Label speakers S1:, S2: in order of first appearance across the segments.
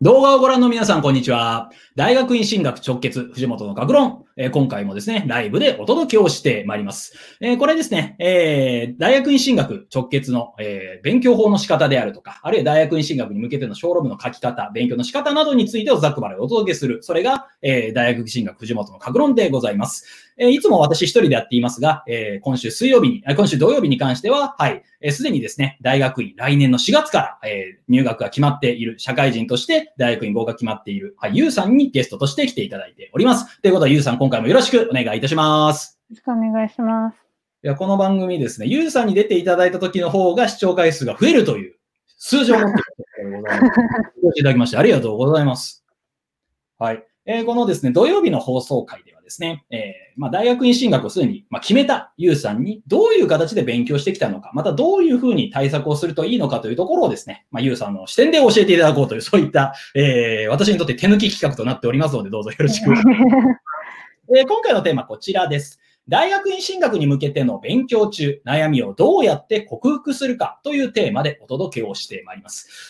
S1: 動画をご覧の皆さん、こんにちは。大学院進学直結、藤本の学論。今回もですね、ライブでお届けをしてまいります。これですね、大学院進学直結の、勉強法の仕方であるとか、あるいは大学院進学に向けての小論文の書き方、勉強の仕方などについてをざっくばらんお届けする。それが、大学院進学藤本の学論でございます。いつも私一人でやっていますが、今週土曜日に関しては、はい、すでにですね、大学院来年の4月から、入学が決まっている社会人として大学院合格決まっている、はい、ゆうさんにゲストとして来ていただいております。ということで、ゆうさん今回もよろしくお願いいたします。
S2: よろしくお願いします。
S1: いや、この番組ですね、ゆうさんに出ていただいた時の方が視聴回数が増えるという数字を持っているということでございます。ご視聴いただきましてありがとうございます。はい。このですね、土曜日の放送回ではですね、大学院進学をすでに決めたゆうさんにどういう形で勉強してきたのか、またどういうふうに対策をするといいのかというところをですね、ゆうさんの視点で教えていただこうという、そういった、私にとって手抜き企画となっておりますので、どうぞよろしく。今回のテーマはこちらです。大学院進学に向けての勉強中、悩みをどうやって克服するかというテーマでお届けをしてまいります。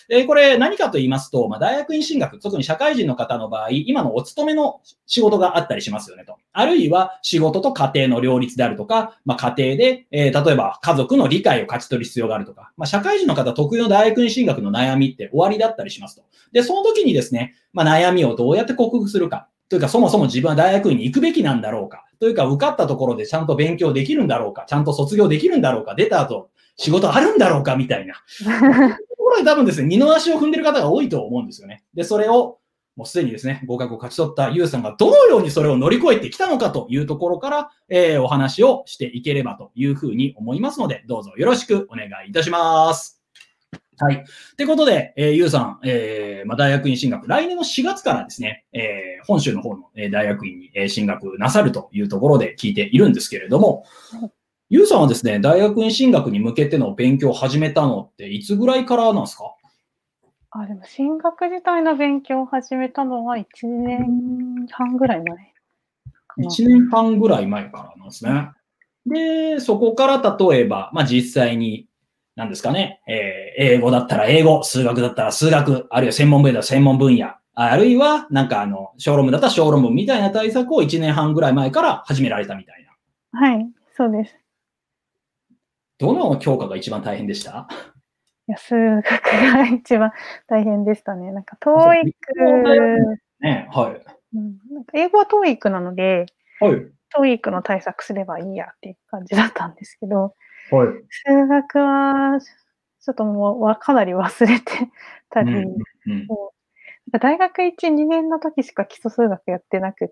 S1: これ何かと言いますと、大学院進学、特に社会人の方の場合、今のお勤めの仕事があったりしますよねと。あるいは仕事と家庭の両立であるとか、家庭で、例えば家族の理解を勝ち取る必要があるとか、社会人の方特有の大学院進学の悩みって終わりだったりしますと。で、その時にですね、悩みをどうやって克服するか。というか、そもそも自分は大学院に行くべきなんだろうか。というか、受かったところでちゃんと勉強できるんだろうか。ちゃんと卒業できるんだろうか。出た後、仕事あるんだろうかみたいな。ところで多分ですね、二の足を踏んでる方が多いと思うんですよね。で、それを、もうすでにですね、合格を勝ち取ったユウさんがどのようにそれを乗り越えてきたのかというところから、お話をしていければというふうに思いますので、どうぞよろしくお願いいたします。はい。ということで、ゆうさん、大学院進学、来年の4月からですね、本州の方の大学院に進学なさるというところで聞いているんですけれども、ゆうさんはですね、大学院進学に向けての勉強を始めたのっていつぐらいからなんですか？
S2: でも進学自体の勉強を始めたのは1年半ぐらい前かな。
S1: 1年半ぐらい前からなんですね。で、そこから例えば、実際に、何ですかね、英語だったら英語、数学だったら数学、あるいは専門分野だったら専門分野、あるいは小論文だったら小論文みたいな対策を1年半ぐらい前から始められたみたいな。
S2: はい、そうです。
S1: どの教科が一番大変でした？
S2: いや、数学が一番大変でしたね。TOEIC、
S1: ね、はい。
S2: 英語は TOEIC なので、
S1: はい。
S2: TOEIC の対策すればいいやっていう感じだったんですけど、
S1: はい。
S2: 数学はちょっともうかなり忘れてたり、大学1、2年の時しか基礎数学やってなくって、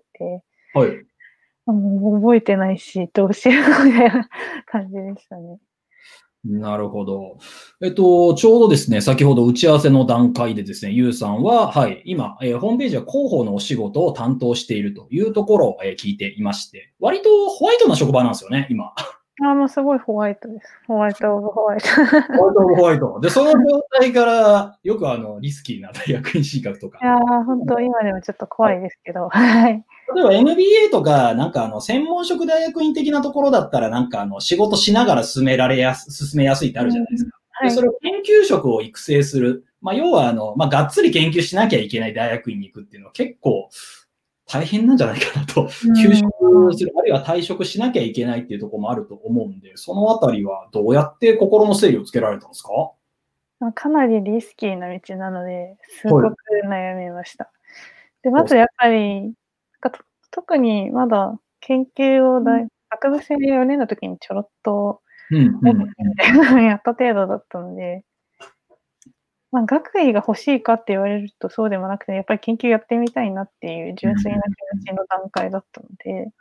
S1: はい。
S2: もう覚えてないし、どうしようみたいな感じでしたね。
S1: なるほど。ちょうどですね、先ほど打ち合わせの段階でですね、ゆうさんは、はい、今、ホームページは広報のお仕事を担当しているというところを、聞いていまして、割とホワイトな職場なんですよね、今。
S2: もうすごいホワイトです。ホワイトオブホワイト。
S1: ホワイトオブホワイト。で、その状態から、よくリスキーな大学院進学とか。
S2: いやー、本当今でもちょっと怖いですけど、はい。
S1: 例えば MBA とか、専門職大学院的なところだったら、仕事しながら進めやすいってあるじゃないですか。で、それを研究職を育成する。要はがっつり研究しなきゃいけない大学院に行くっていうのは結構大変なんじゃないかなと。休職する、あるいは退職しなきゃいけないっていうところもあると思うんで、そのあたりはどうやって心の整理をつけられたんですか？
S2: かなりリスキーな道なので、すごく悩みました。で、まずやっぱり、特にまだ研究を学部生4年の時にちょろっとやった程度だったので、学位が欲しいかって言われるとそうでもなくて、やっぱり研究やってみたいなっていう純粋な気持ちの段階だったので、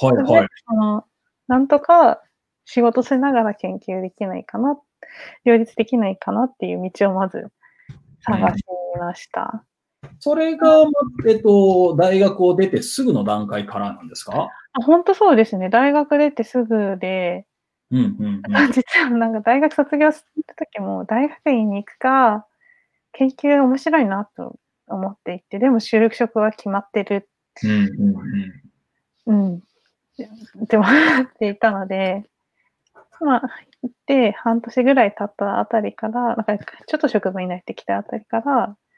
S2: なんとか仕事しながら研究できないかな、両立できないかなっていう道をまず探しました。
S1: それが、大学を出てすぐの段階からなんですか？
S2: ほんとそうですね。大学出てすぐで、実は大学卒業した時も、大学院に行くか、研究面白いなと思っていて、でも就職は決まってる。って思っていたので、行って半年ぐらい経ったあたりから、ちょっと職場に慣れてきたあたりから、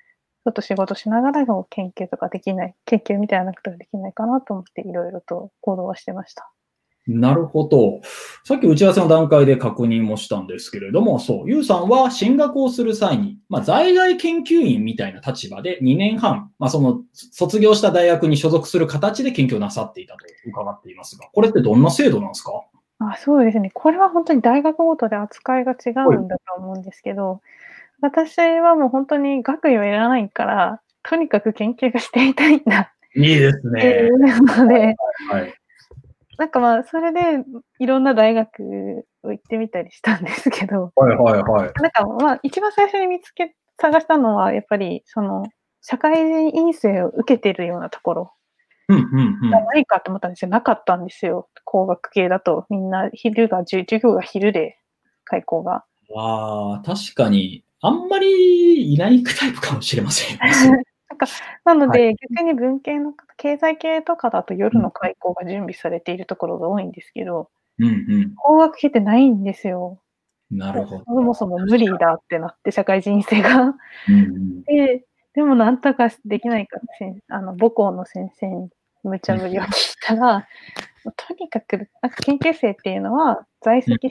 S2: ょっと仕事しながらの研究とかできない、研究みたいなことができないかなと思っていろいろと行動はしてました。
S1: なるほど。さっき打ち合わせの段階で確認もしたんですけれども、そう、ゆうさんは進学をする際に、在外研究員みたいな立場で2年半、その卒業した大学に所属する形で研究をなさっていたと伺っていますが、これってどんな制度なんですか？
S2: そうですね。これは本当に大学ごとで扱いが違うんだと思うんですけど、私はもう本当に学位はいらないから、とにかく研究がしていたいんだ
S1: いいです
S2: ってい
S1: ね。
S2: うので、
S1: はい。
S2: なんかそれでいろんな大学を行ってみたりしたんですけど、
S1: はいはいはい。
S2: なんか一番最初に探したのはやっぱりその、社会人院生を受けてるようなところ
S1: うんうんう
S2: が
S1: ん。
S2: ないかと思ったんですよ。なかったんですよ。工学系だとみんな授業が昼で、開講が。
S1: 確かに、あんまりいないタイプかもしれませんよね。そう。
S2: なんか、なの
S1: はい。
S2: で、逆に文系の経済系とかだと夜
S1: うん
S2: の開講が準備されているところが多いんですけど、
S1: うん
S2: 工学系ってないんですよ。
S1: うん。なるほど。
S2: そもそも無理だってなって、社会人生が。
S1: うんうん。
S2: で、でもなんとかできないかって、母校の先生に無茶ぶりを聞いたら、とにかく、なんか研究生っていうのは在籍して、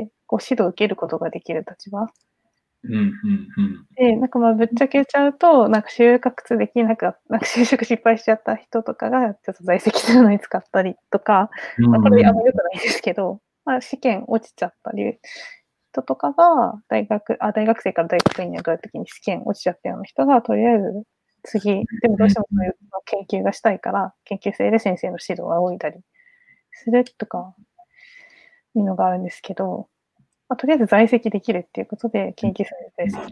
S2: こう指導を受けることができる立場。
S1: うんうんうん。
S2: で、なんかぶっちゃけちゃうと、なんかなんか就職失敗しちゃった人とかが、ちょっと在籍するのに使ったりとか、これあんま良くないですけど、試験落ちちゃった人とかが、大学生から大学院に上がるときに試験落ちちゃったような人が、とりあえず次、でもどうしてもそういう研究がしたいから、研究生で先生の指導を仰いだりするとかいうのがあるんですけど、とりあえず在籍できるっていうことで、研究生で在籍して、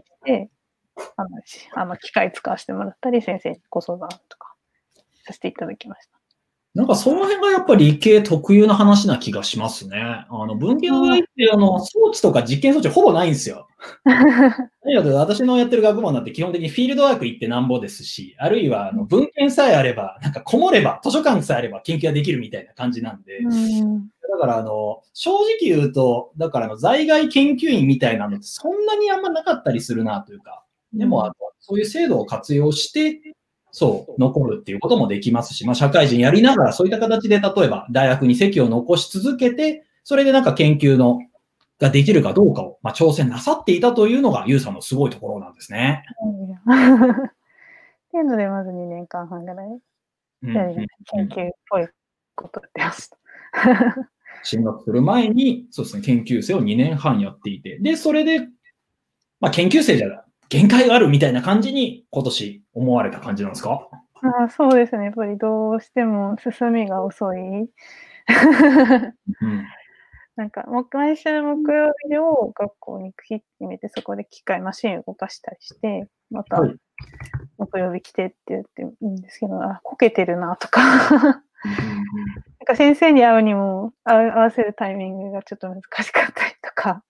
S2: 機械使わせてもらったり、先生にご相談とかさせていただきました。
S1: なんかその辺がやっぱり理系特有の話な気がしますね。文系の場合って装置とか実験装置ほぼないんですよ。何かというと私のやってる学問なんて基本的にフィールドワーク行ってなんぼですし、あるいは文献さえあれば、なんかこもれば、図書館さえあれば研究ができるみたいな感じなんで、だから正直言うと、だから在外研究員みたいなのってそんなにあんまなかったりするなというか、でもそういう制度を活用して、そう、残るっていうこともできますし、社会人やりながらそういった形で、例えば大学に籍を残し続けて、それでなんか研究ができるかどうかを、挑戦なさっていたというのが、ゆうさんのすごいところなんですね。
S2: っていうので、まず2年間半ぐらい、研究っぽいことやってました。
S1: 進学する前に、そうですね、研究生を2年半やっていて、で、それで、研究生じゃ限界があるみたいな感じに今年思われた感じなんですか？
S2: そうですね。やっぱりどうしても進みが遅い。なんか、毎週木曜日を学校に行く日決めて、そこでマシンを動かしたりして、また木曜日来てって言っていいんですけど、こけてるなとか。なんか先生に会うにも合わせるタイミングがちょっと難しかったりとか。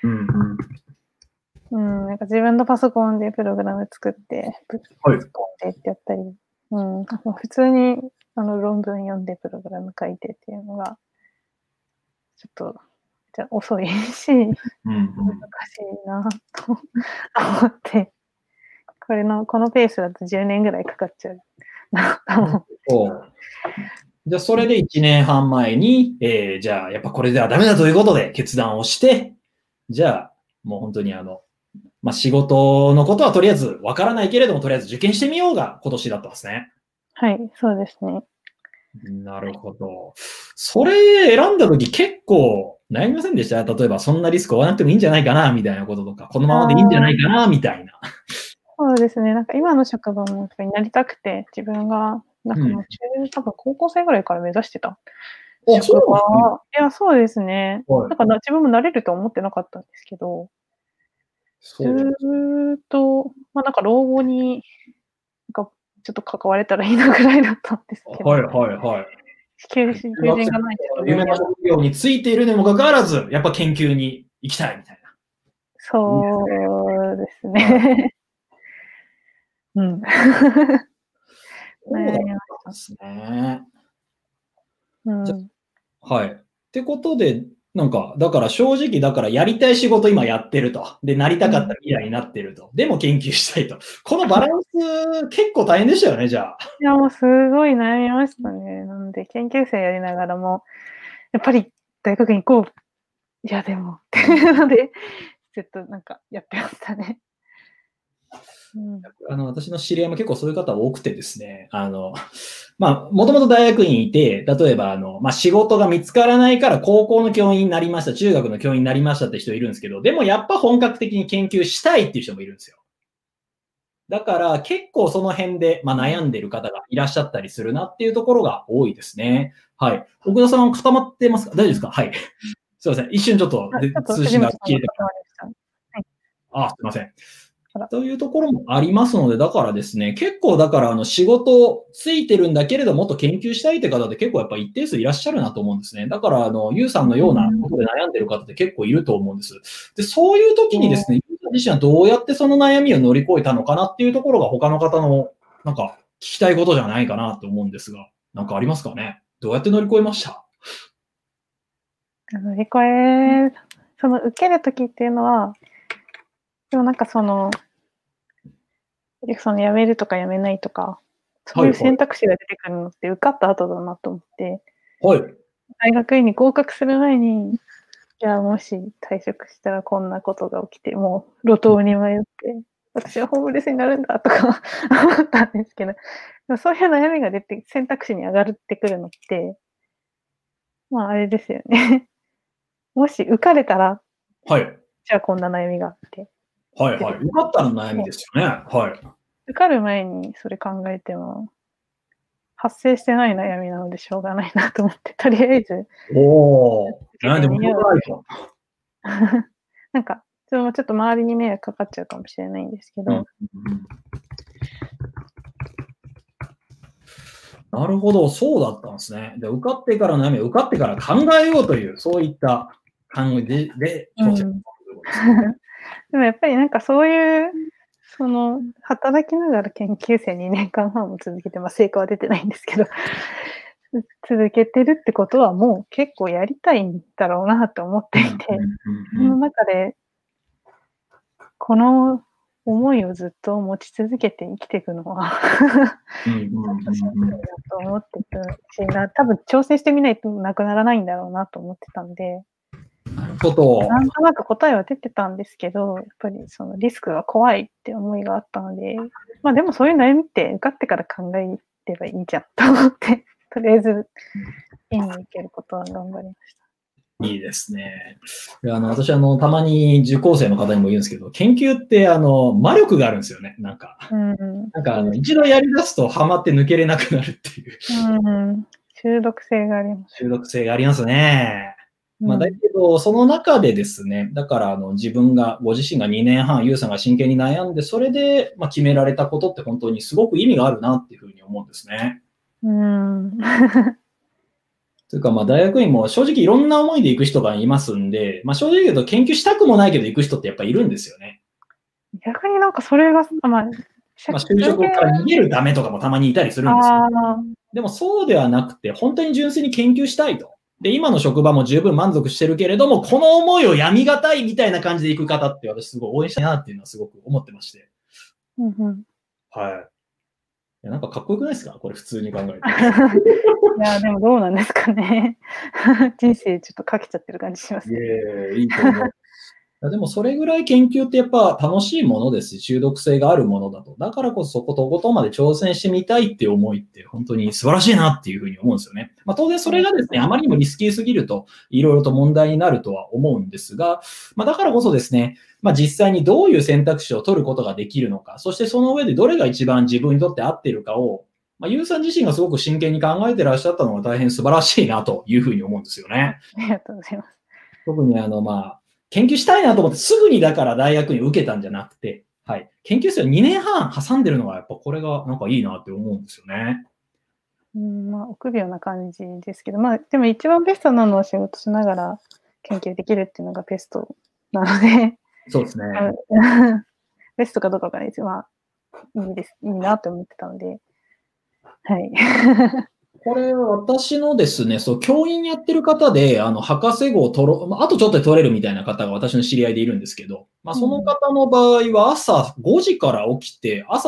S2: なんか自分のパソコンでプログラム作って、ぶち込んでってやったり、普通に論文読んでプログラム書いてっていうのが、ちょっと、遅いし、難しいなと思って、このペースだと10年ぐらいかかっちゃうなと思って。
S1: じゃあ、それで1年半前に、じゃあ、やっぱこれではダメだということで決断をして、じゃあ、もう本当に仕事のことはとりあえずわからないけれども、とりあえず受験してみようが今年だったんですね。
S2: はい、そうですね。
S1: なるほど。それ選んだ時結構悩みませんでした？例えばそんなリスクを負わなくてもいいんじゃないかなみたいなこととか、このままでいいんじゃないかなみたいな。
S2: そうですね。なんか今の職場もやっぱりなりたくて、自分が、なんかもう多分高校生ぐらいから目指してた職場。いや、そうですね。なんか自分もなれるとは思ってなかったんですけど、ずっと、なんか老後に、なんかちょっと関われたらいいなぐらいだったんですけど。求人がない
S1: 夢の職業についているにもかかわらず、やっぱ研究に行きたいみたいな。
S2: そうですね。悩みました。
S1: はい。ってことで、 なんか、だから正直、だからやりたい仕事今やってると。で、なりたかった未来になってると。でも研究したいと。このバランス、結構大変でしたよね、じゃあ。
S2: いや、もうすごい悩みましたね。なんで、研究生やりながらも、やっぱり大学に行こう。いや、でも、っていうので、ずっとなんかやってましたね。
S1: 私の知り合いも結構そういう方多くてですね、まあ、もともと大学院いて、例えば、まあ、仕事が見つからないから高校の教員になりました、中学の教員になりましたって人いるんですけど、でもやっぱ本格的に研究したいっていう人もいるんですよ。だから結構その辺で、まあ、悩んでる方がいらっしゃったりするなっていうところが多いですね。はい。奥田さん固まってますか？大丈夫ですか？はい。すいません。一瞬ちょっと通信が消えてから。あ、すいません。というところもありますので、だからですね、結構だから仕事ついてるんだけれどもっと研究したいって方って結構やっぱ一定数いらっしゃるなと思うんですね。だからゆうさんのようなことで悩んでる方って結構いると思うんです。で、そういう時にですね、ゆうさん自身はどうやってその悩みを乗り越えたのかなっていうところが他の方のなんか聞きたいことじゃないかなと思うんですが、なんかありますかね？どうやって乗り越えました？
S2: 乗り越え、その受ける時っていうのは、でもなんかその辞めるとか辞めないとか、そういう選択肢が出てくるのって受かった後だなと思って、
S1: はい。
S2: 大学院に合格する前に、じゃあもし退職したらこんなことが起きて、もう路頭に迷って、私はホームレスになるんだとか思ったんですけど、でもそういう悩みが出て、選択肢に上がってくるのって、まああれですよね。もし受かれたら、
S1: はい。
S2: じゃあこんな悩みがあって。
S1: はいはい。受かったら悩みですよね。はい。
S2: 受かる前にそれ考えても、発生してない悩みなのでしょうがないなと思って、とりあえず
S1: おー。
S2: 受けて
S1: でも、
S2: みよう。
S1: ないと。
S2: なんか、ちょっと周りに迷惑かかっちゃうかもしれないんですけど。
S1: なるほど、そうだったんですね。で、受かってからの悩みを受かってから考えようという、そういった考えで、
S2: でもやっぱりなんかそういう、働きながら研究生2年間半も続けて、成果は出てないんですけど、続けてるってことはもう結構やりたいんだろうなと思っていて、その中で、この思いをずっと持ち続けて生きていくのはちょっとしんどいなと思ってたし多分挑戦してみないとなくならないんだろうなと思ってたんで、なんとなく答えは出てたんですけど、やっぱりそのリスクが怖いって思いがあったので、でもそういう悩みって受かってから考えればいいじゃんと思って、とりあえず院に行けることは頑張りました。
S1: いいですね。私たまに受講生の方にも言うんですけど、研究って魔力があるんですよね。なんか一度やり出すとハマって抜けれなくなるっていう。
S2: 中毒性があります。
S1: 中毒性がありますね。だけど、その中でですね、だから自分が、ご自身が2年半、ゆうさんが真剣に悩んで、それで決められたことって本当にすごく意味があるなっていうふうに思うんですね。というか、大学院も正直いろんな思いで行く人がいますんで、正直言うと研究したくもないけど行く人ってやっぱいるんですよね。
S2: 逆になんかそれが、
S1: 就職から逃げるためとかもたまにいたりするんですよ。でもそうではなくて、本当に純粋に研究したいと。で、今の職場も十分満足してるけれども、この思いをやみがたいみたいな感じで行く方って私すごい応援したいなっていうのはすごく思ってまして。はい。なんかかっこよくないですか？これ普通に考えて。い
S2: や、でもどうなんですかね。人生ちょっとかけちゃってる感じします、
S1: ね。いいと思う。でもそれぐらい研究ってやっぱ楽しいものですし、中毒性があるものだと。だからこそそことことまで挑戦してみたいっていう思いって本当に素晴らしいなっていうふうに思うんですよね。当然それがですね、あまりにもリスキーすぎるといろいろと問題になるとは思うんですが、だからこそですね、実際にどういう選択肢を取ることができるのか、そしてその上でどれが一番自分にとって合っているかを、ゆうさん自身がすごく真剣に考えてらっしゃったのが大変素晴らしいなというふうに思うんですよね。
S2: ありがとうございます。
S1: 特に研究したいなと思ってすぐにだから大学に受けたんじゃなくて、はい。研究生を2年半挟んでるのがやっぱこれがなんかいいなって思うんですよね。
S2: 臆病な感じですけど、でも一番ベストなのは仕事しながら研究できるっていうのがベストなので、
S1: そうですね。
S2: ベストかどうかわからないです。いいなって思ってたので、はい。
S1: これ、私のですね、教員やってる方で、博士号を取ろう、あとちょっとで取れるみたいな方が私の知り合いでいるんですけど、その方の場合は朝5時から起きて、朝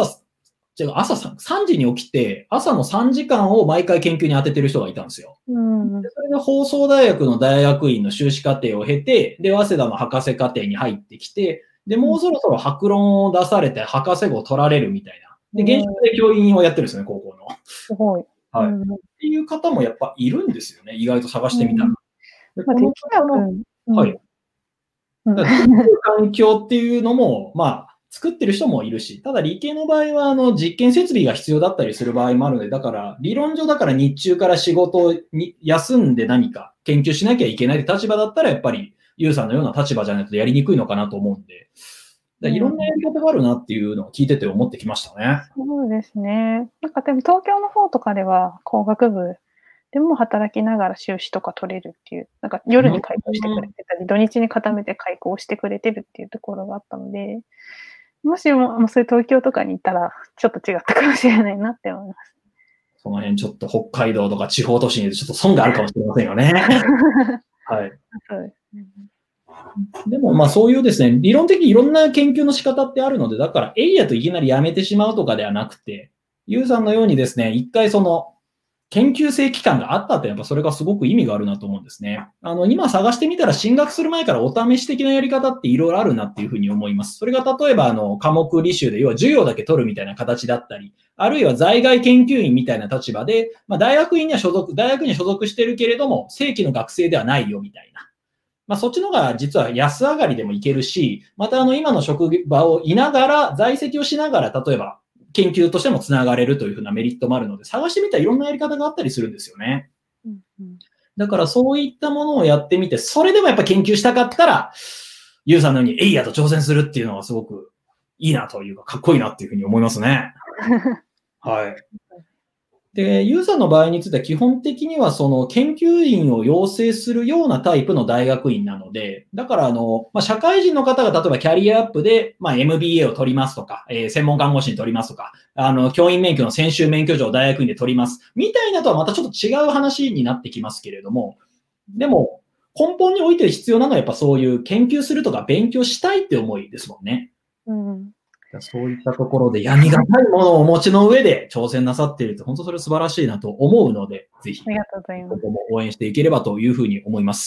S1: 3時に起きて、朝の3時間を毎回研究に当ててる人がいたんですよ。でそれで放送大学の大学院の修士課程を経て、で、早稲田の博士課程に入ってきて、で、もうそろそろ博論を出されて博士号を取られるみたいな。で、現職で教員をやってるんですよね、高校の。
S2: すごい。
S1: はい。っていう方もやっぱいるんですよね。意外と探してみたら。
S2: できなく、
S1: はい。できる環境っていうのも、作ってる人もいるし、ただ理系の場合は、実験設備が必要だったりする場合もあるので、だから、理論上だから日中から仕事に休んで何か研究しなきゃいけないって立場だったら、やっぱり、ユウさんのような立場じゃないとやりにくいのかなと思うんで、いろんなやり方があるなっていうのを聞いてて思ってきましたね。
S2: そうですね。でも東京の方とかでは工学部でも働きながら修士とか取れるっていう、夜に開講してくれてたり、土日に固めて開講してくれてるっていうところがあったので、もしもそういう東京とかに行ったらちょっと違ったかもしれないなって思います。
S1: その辺ちょっと北海道とか地方都市にいるとちょっと損があるかもしれませんよね。はい。
S2: そうですね。
S1: でもそういうですね、理論的にいろんな研究の仕方ってあるので、だからエイヤといきなりやめてしまうとかではなくて、ユウさんのようにですね、一回研究生期間があったってやっぱそれがすごく意味があるなと思うんですね。今探してみたら進学する前からお試し的なやり方っていろいろあるなっていうふうに思います。それが例えば科目履修で要は授業だけ取るみたいな形だったり、あるいは在外研究員みたいな立場で、大学には所属してるけれども、正規の学生ではないよみたいな。そっちの方が実は安上がりでもいけるし、また今の職場をいながら、在籍をしながら、例えば研究としてもつながれるというふうなメリットもあるので、探してみたらいろんなやり方があったりするんですよね。だからそういったものをやってみて、それでもやっぱ研究したかったら、ユウさんのようにエイヤと挑戦するっていうのはすごくいいなというか、かっこいいなっていうふうに思いますね。はい。で、ユウさんの場合については基本的には研究員を養成するようなタイプの大学院なので、だから社会人の方が例えばキャリアアップで、MBA を取りますとか、専門看護師に取りますとか、教員免許の専修免許状を大学院で取ります。みたいなとはまたちょっと違う話になってきますけれども、でも根本において必要なのはやっぱそういう研究するとか勉強したいって思いですもんね。そういったところで闇がないものをお持ちの上で挑戦なさっていると、本当それ素晴らしいなと思うので、ぜひ、
S2: ありがとうございます。
S1: ここも応援していければというふうに思います。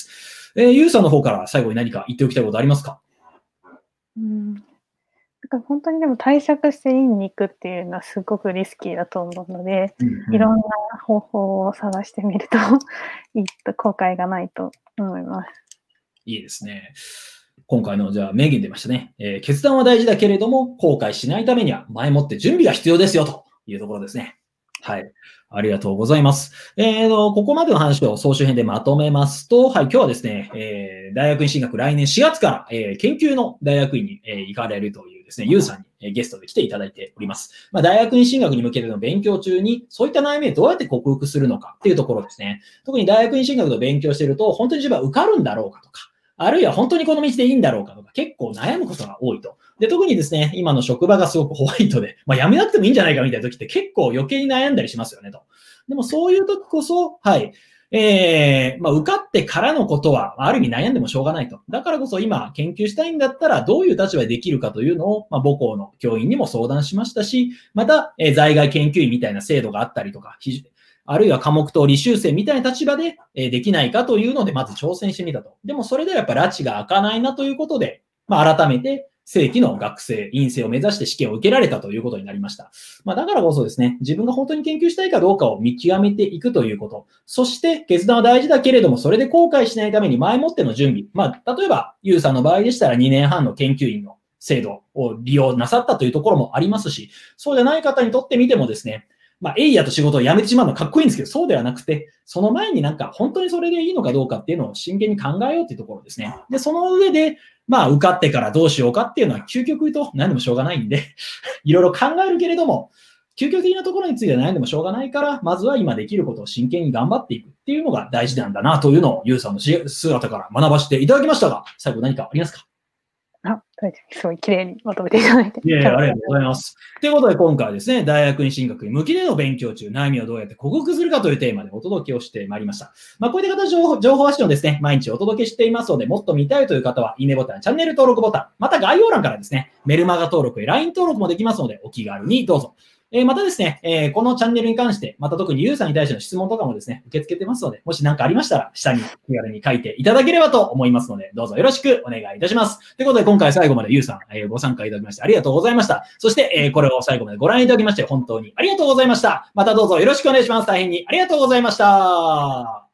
S1: ユウさんの方から最後に何か言っておきたいことありますか？
S2: 本当にでも退職して院に行くっていうのはすごくリスキーだと思うので、いろんな方法を探してみるといいと後悔がないと思います。
S1: いいですね。今回のじゃあ名言出ましたね。決断は大事だけれども後悔しないためには前もって準備が必要ですよというところですね。はい。ありがとうございます。ここまでの話を総集編でまとめますと、はい、今日はですね、大学院進学来年4月から、研究の大学院に、行かれるというですね、ユウさんに、ゲストで来ていただいております。大学院進学に向けての勉強中に、そういった悩みをどうやって克服するのかっていうところですね。特に大学院進学の勉強していると、本当に自分は受かるんだろうかとか、あるいは本当にこの道でいいんだろうかとか、結構悩むことが多いと。で、特にですね、今の職場がすごくホワイトで、辞めなくてもいいんじゃないかみたいな時って結構余計に悩んだりしますよねと。でもそういう時こそ、はい。受かってからのことは、ある意味悩んでもしょうがないと。だからこそ今研究したいんだったらどういう立場でできるかというのを、母校の教員にも相談しましたし、また、在外研究員みたいな制度があったりとか、あるいは科目と履修生みたいな立場でできないかというので、まず挑戦してみたと。でもそれではやっぱ拉致が開かないなということで、改めて正規の学生、院生を目指して試験を受けられたということになりました。だからこそですね、自分が本当に研究したいかどうかを見極めていくということ。そして決断は大事だけれども、それで後悔しないために前もっての準備。例えば、ユウさんの場合でしたら2年半の研究員の制度を利用なさったというところもありますし、そうじゃない方にとってみてもですね、エイヤと仕事を辞めてしまうのはかっこいいんですけど、そうではなくて、その前に本当にそれでいいのかどうかっていうのを真剣に考えようっていうところですね。で、その上で、受かってからどうしようかっていうのは究極言うと何でもしょうがないんで、いろいろ考えるけれども、究極的なところについては悩んでもしょうがないから、まずは今できることを真剣に頑張っていくっていうのが大事なんだなというのを、ユウさんの姿から学ばせていただきましたが、最後何かありますか？
S2: すごい綺麗にまとめていただいて。
S1: いえいえ、ありがとうございます。ということで、今回はですね、大学院進学に向きでの勉強中、悩みをどうやって克服するかというテーマでお届けをしてまいりました。こういった形の情報発信をですね、毎日お届けしていますので、もっと見たいという方は、いいねボタン、チャンネル登録ボタン、また概要欄からですね、メルマガ登録や LINE 登録もできますので、お気軽にどうぞ。またですね、このチャンネルに関して、また特にユーザーに対しての質問とかもですね、受け付けてますので、もし何かありましたら、下に気軽に書いていただければと思いますので、どうぞよろしくお願いいたします。ということで、今回最後までユウさん、ご参加いただきましてありがとうございました。そして、これを最後までご覧いただきまして、本当にありがとうございました。またどうぞよろしくお願いします。大変にありがとうございました。